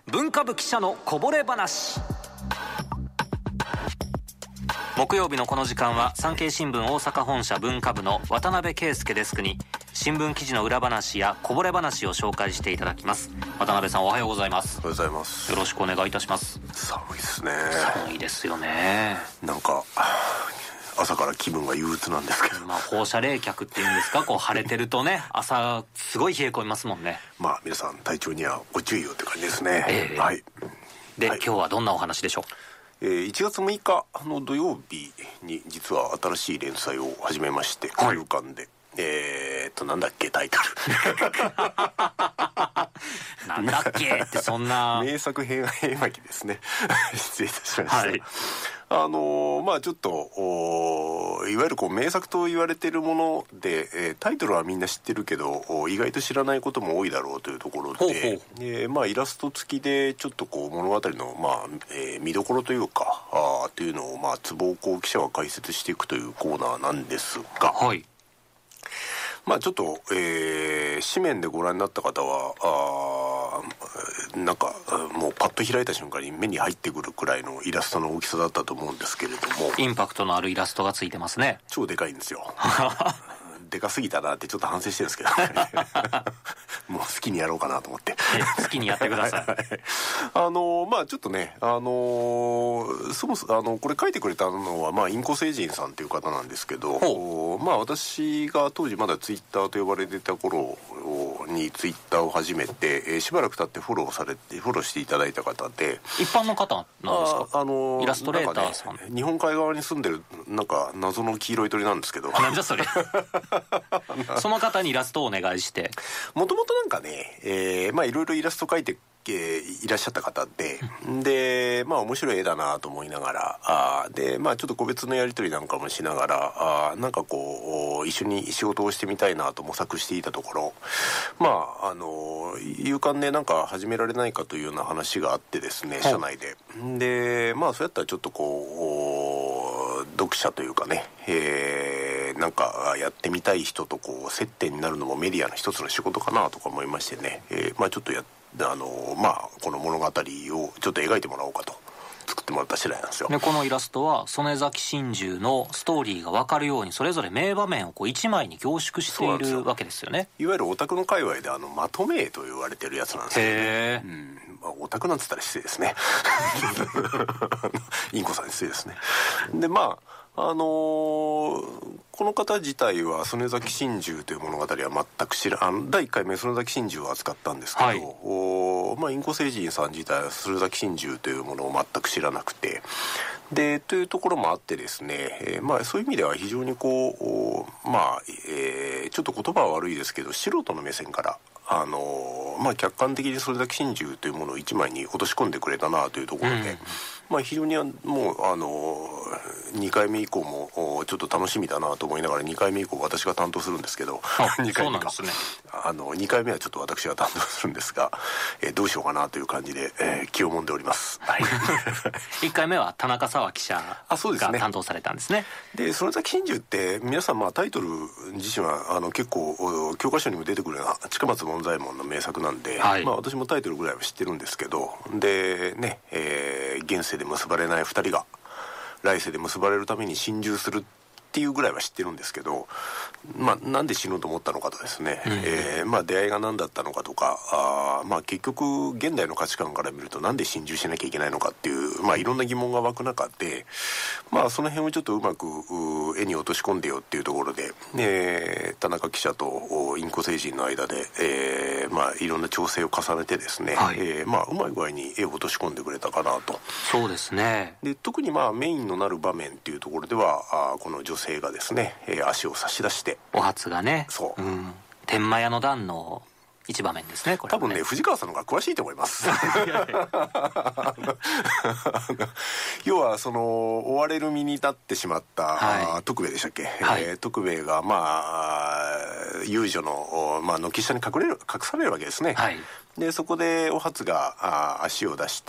文化部記者のこぼれ話。木曜日のこの時間は産経新聞大阪本社文化部の渡辺圭介デスクに新聞記事の裏話やこぼれ話を紹介していただきます。渡辺さん、おはようございます。 おはようございます。 よろしくお願いいたします。 寒いですね。 寒いですよね。 なんか朝から気分が憂鬱なんですけど、 放射冷却っていうんですか、こう晴れてるとね、朝すごい冷え込みますもんね。 皆さん体調にはご注意をって感じですね。 はいで、今日はどんなお話でしょう。 1月6日の土曜日に実は新しい連載を始めまして、 はい、 週刊でなんだっけタイトルなんだっけってそんな名作編絵巻ですね失礼いたしました、 はい、 ちょっといわゆる名作と言われているもので、タイトルはみんな知ってるけど意外と知らないことも多いだろうというところで、イラスト付きでちょっと物語の、見どころというかというのを坪岡記者が解説していくというコーナーなんですが、 はい、 ちょっと、紙面でご覧になった方はなんかもうパッと開いた瞬間に目に入ってくるくらいのイラストの大きさだったと思うんですけれども、 インパクトのあるイラストがついてますね。 超でかいんですよでかすぎたなってちょっと反省してるんですけどもう好きにやろうかなと思って好きにやってくださいちょっとねそもそもこれ書いてくれたのはインコ星人さんという方なんですけど、私が当時まだツイッターと呼ばれていた頃にツイッターを始めて、しばらく経ってフォローしていただいた方で、 一般の方なんですか。イラストレーターさん、 日本海側に住んでるなんか謎の黄色い鳥なんですけどなんじゃそれその方にイラストをお願いして、 もともとなんかね、いろいろイラスト描いていらっしゃった方で、面白い絵だなと思いながらちょっと個別のやり取りなんかもしながらなんか一緒に仕事をしてみたいなと模索していたところ、勇敢でなんか始められないかというような話があってですね、社内で。でそうやったらちょっと読者というかね、なんかやってみたい人と接点になるのもメディアの一つの仕事かなとか思いましてね、ちょっとこの物語をちょっと描いてもらおうかと作ってもらった次第なんですよ。 でこのイラストは曽根崎心中のストーリーが分かるようにそれぞれ名場面を1枚に凝縮しているわけですよね。 いわゆるオタクの界隈でまとめ絵と言われてるやつなんですよね。オタクなんつったら失礼ですねインコさんに失礼ですね。でこの方自体は曽根崎心中という物語は全く第1回目曽根崎心中を扱ったんですけど、インコ星人さん自体は曽根崎心中というものを全く知らなくて、でというところもあってですね、そういう意味では非常にちょっと言葉は悪いですけど素人の目線から客観的にそれだけ心中というものを一枚に落とし込んでくれたなというところで、非常にもう2回目以降もちょっと楽しみだなと思いながら2回目以降私が担当するんですけど2回目かそうなんですね。2回目はちょっと私が担当するんですが、どうしようかなという感じで、気をもんでおります、 1回目は田中沢記者が担当されたんですね。 でそれだけ心中って皆さんタイトル自身は結構教科書にも出てくるような近松門左衛門の名作なんで、私もタイトルぐらいは知ってるんですけど、でね、現世で結ばれない2人が来世で結ばれるために心中するっていうぐらいは知ってるんですけど、なんで死のうと思ったのかとですね、出会いが何だったのかとか結局現代の価値観から見るとなんで心中しなきゃいけないのかっていういろんな疑問が湧く中で、その辺をちょっとうまく絵に落とし込んでよっていうところで、田中記者とインコ星人の間で、いろんな調整を重ねてですね、うまい具合に絵を落とし込んでくれたかなと。 そうですね。 で特にメインのなる場面っていうところではこの女性がですね、足を差し出してお初がね、天満屋の段の一場面ですね。これ多分ね藤川さんの方が詳しいと思います要は追われる身に立ってしまった、徳兵衛でしたっけ、徳兵衛が遊女の、軒下に隠されるわけですね。でそこでお初が足を出して、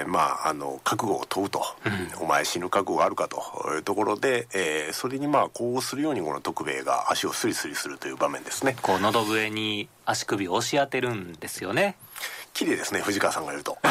覚悟を問うと、お前死ぬ覚悟があるかというところで、それに呼応するようにこの徳兵衛が足をスリスリするという場面ですね。 喉笛に足首を押し当てるんですよね。 綺麗ですね、藤川さんがいると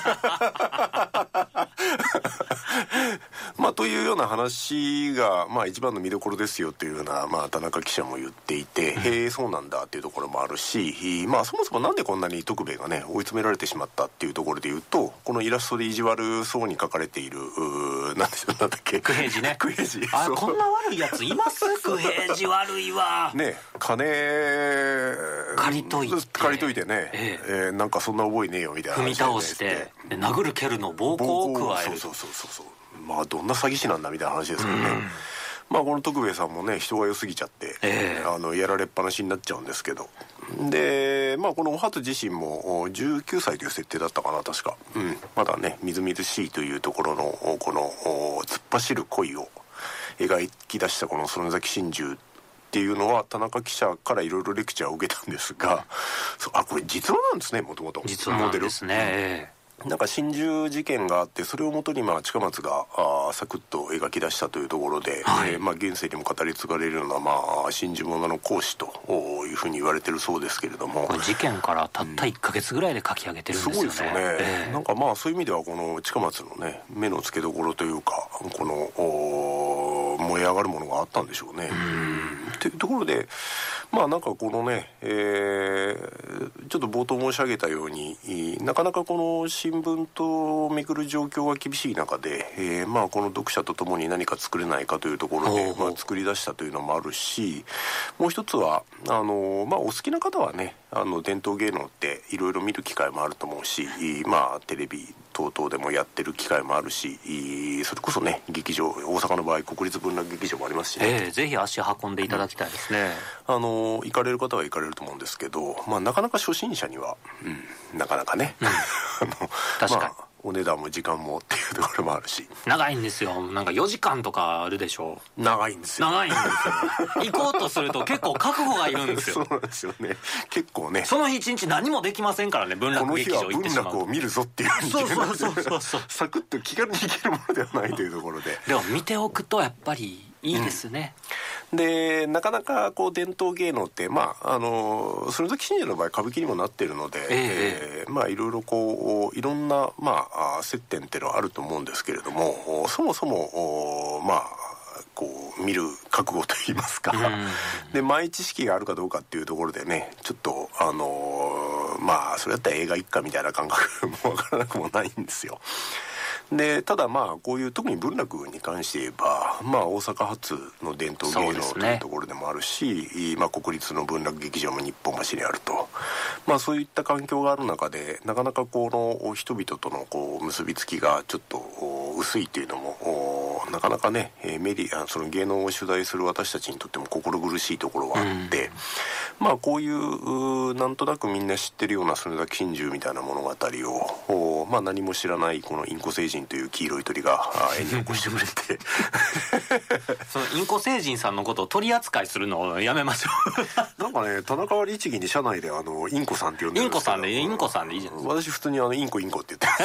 まあというような話が、まあ、一番の見どころですよというような、まあ、田中記者も言っていて、へえそうなんだっていうところもあるし、まあ、そもそもなんでこんなに徳兵衛がね追い詰められてしまったっていうところで言うと、このイラストで意地悪そうに描かれているなんでしょう、なんだっけ、 クヘイジね。 クヘイジ、 あ、こんな悪いやついます？クヘイジ悪いわね、金借りといてね、なんかそんな覚えねえよみたいな踏み倒して殴る蹴るの暴行を加える。 そうまあどんな詐欺師なんだみたいな話ですけどね、まあこの徳兵衛さんもね人が良すぎちゃって、やられっぱなしになっちゃうんですけど、でまあこのお初自身も19歳という設定だったかな確か、まだねみずみずしいというところのこの突っ走る恋を描き出したこの曽根崎心中っていうのは田中記者からいろいろレクチャーを受けたんですが、これ実話なんですね、もともと実話なんですね。 なんか心中事件があって、それをもとにまあ近松がサクッと描き出したというところで、まあ、現世にも語り継がれるような、まあ、心中物の講師というふうに言われてるそうですけれども、 これ事件からたった1ヶ月ぐらいで書き上げてるんですよね。 すごいですよね、なんかまあそういう意味ではこの近松のね目の付けどころというか、この燃え上がるものがあったんでしょうね。というところでまあなんかこのね、ちょっと冒頭申し上げたようになかなかこの新聞とめくる状況が厳しい中で、まあこの読者と共に何か作れないかというところで、まあ、作り出したというのもあるし、もう一つはまあお好きな方はね伝統芸能っていろいろ見る機会もあると思うし、まあテレビ等々でもやってる機会もあるし、それこそね劇場、大阪の場合国立文楽劇場もありますしね、 ぜひ足運んでいただきたいですね。 行かれる方は行かれると思うんですけど、まあなかなか初心者には、なかなかね、 確かに、 まあお値段も時間もっていうところもあるし、 長いんですよ。なんか4時間とかあるでしょ。 長いんですよ。 行こうとすると結構覚悟がいるんですよ。 そうなんですよね。結構ね、 その日一日何もできませんからね。文楽劇場行ってしまう。 この日は文楽を見るぞっていうふうにそうサクッと気軽に行けるものではないというところででも見ておくとやっぱりいいですね。 でなかなかこう伝統芸能ってまあ曽根崎心中の場合歌舞伎にもなっているので、まあいろいろこういろんなまあ接点っていうのはあると思うんですけれども、そもそもまあこう見る覚悟といいますか、で前知識があるかどうかっていうところでね、ちょっとまあそれだったら映画一家みたいな感覚もわからなくもないんですよ。でただまあこういう特に文楽に関して言えば、まあ大阪発の伝統芸能というところでもあるし、まあ国立の文楽劇場も日本橋にあると、まあそういった環境がある中でなかなかこの人々とのこう結びつきがちょっと薄いというのもなかなかねメディア、その芸能を取材する私たちにとっても心苦しいところはあって、まあこういうなんとなくみんな知ってるような曽根崎心中みたいな物語をまあ何も知らないこのインコ星人という黄色い鳥が絵に起こしてくれてそのインコ星人さんのことを取り扱いするのをやめましょうなんかね田中は律儀に社内でインコさんって呼んでるんですけど、 インコさんでいいじゃないですか。 私普通にインコって言って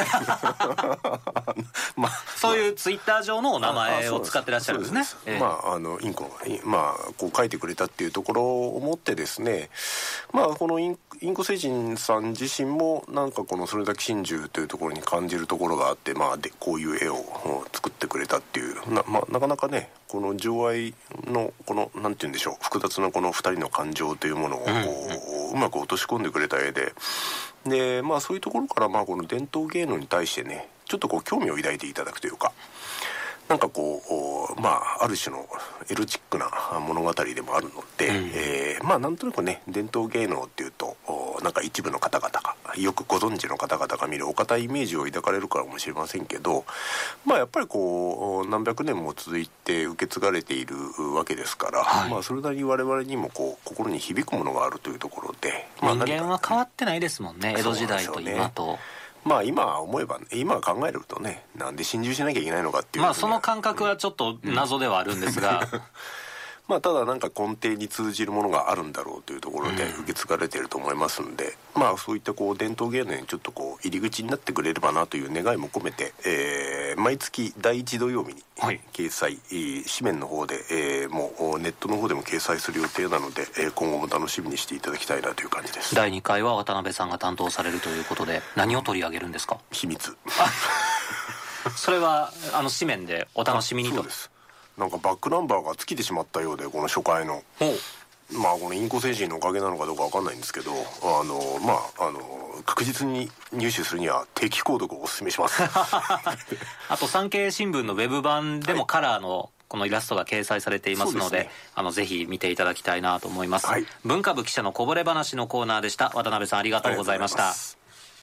まあそういうツイッター上のお名前を使ってらっしゃるんですね。 まあインコがまあこう書いてくれたっていうところをもってですね、まあこのインコ星人さん自身もなんかこの曽根崎心中というところに感じるところがあって、まあでこういう絵を作ってくれたっていうなかなかねこの情愛のこのなんて言うんでしょう、複雑なこの2人の感情というものをこう、うまく落とし込んでくれた絵で、まあそういうところからまあこの伝統芸能に対してねちょっとこう興味を抱いていただくというか、なんかこうまあある種のエロチックな物語でもあるので、まあなんとなくね伝統芸能っていうとなんか一部の方々がよくご存知の方々が見るお堅いイメージを抱かれるかもしれませんけど、まあやっぱりこう何百年も続いて受け継がれているわけですから、まあそれなりに我々にもこう心に響くものがあるというところで、 人間は変わってないですもんね、江戸時代と今と。 まあ今思えば、今考えるとね、なんで心中しなきゃいけないのかっていう、 まあその感覚はちょっと謎ではあるんですが、 ただなんか根底に通じるものがあるんだろうというところで受け継がれていると思いますんで、そういった伝統芸能にちょっと入り口になってくれればなという願いも込めて、毎月第1土曜日に掲載、紙面の方で、もうネットの方でも掲載する予定なので、今後も楽しみにしていただきたいなという感じです。 第2回は渡辺さんが担当されるということで、何を取り上げるんですか？ 秘密それは紙面でお楽しみにと。 そうです。なんかバックナンバーが尽きてしまったようで、この初回のこのインコ精神のおかげなのかどうか分かんないんですけど、確実に入手するには定期購読をお勧めしますあと産経新聞のウェブ版でもカラーのこのイラストが掲載されていますので、ぜひ見ていただきたいなと思います。文化部記者のこぼれ話のコーナーでした。渡辺さん、ありがとうございました。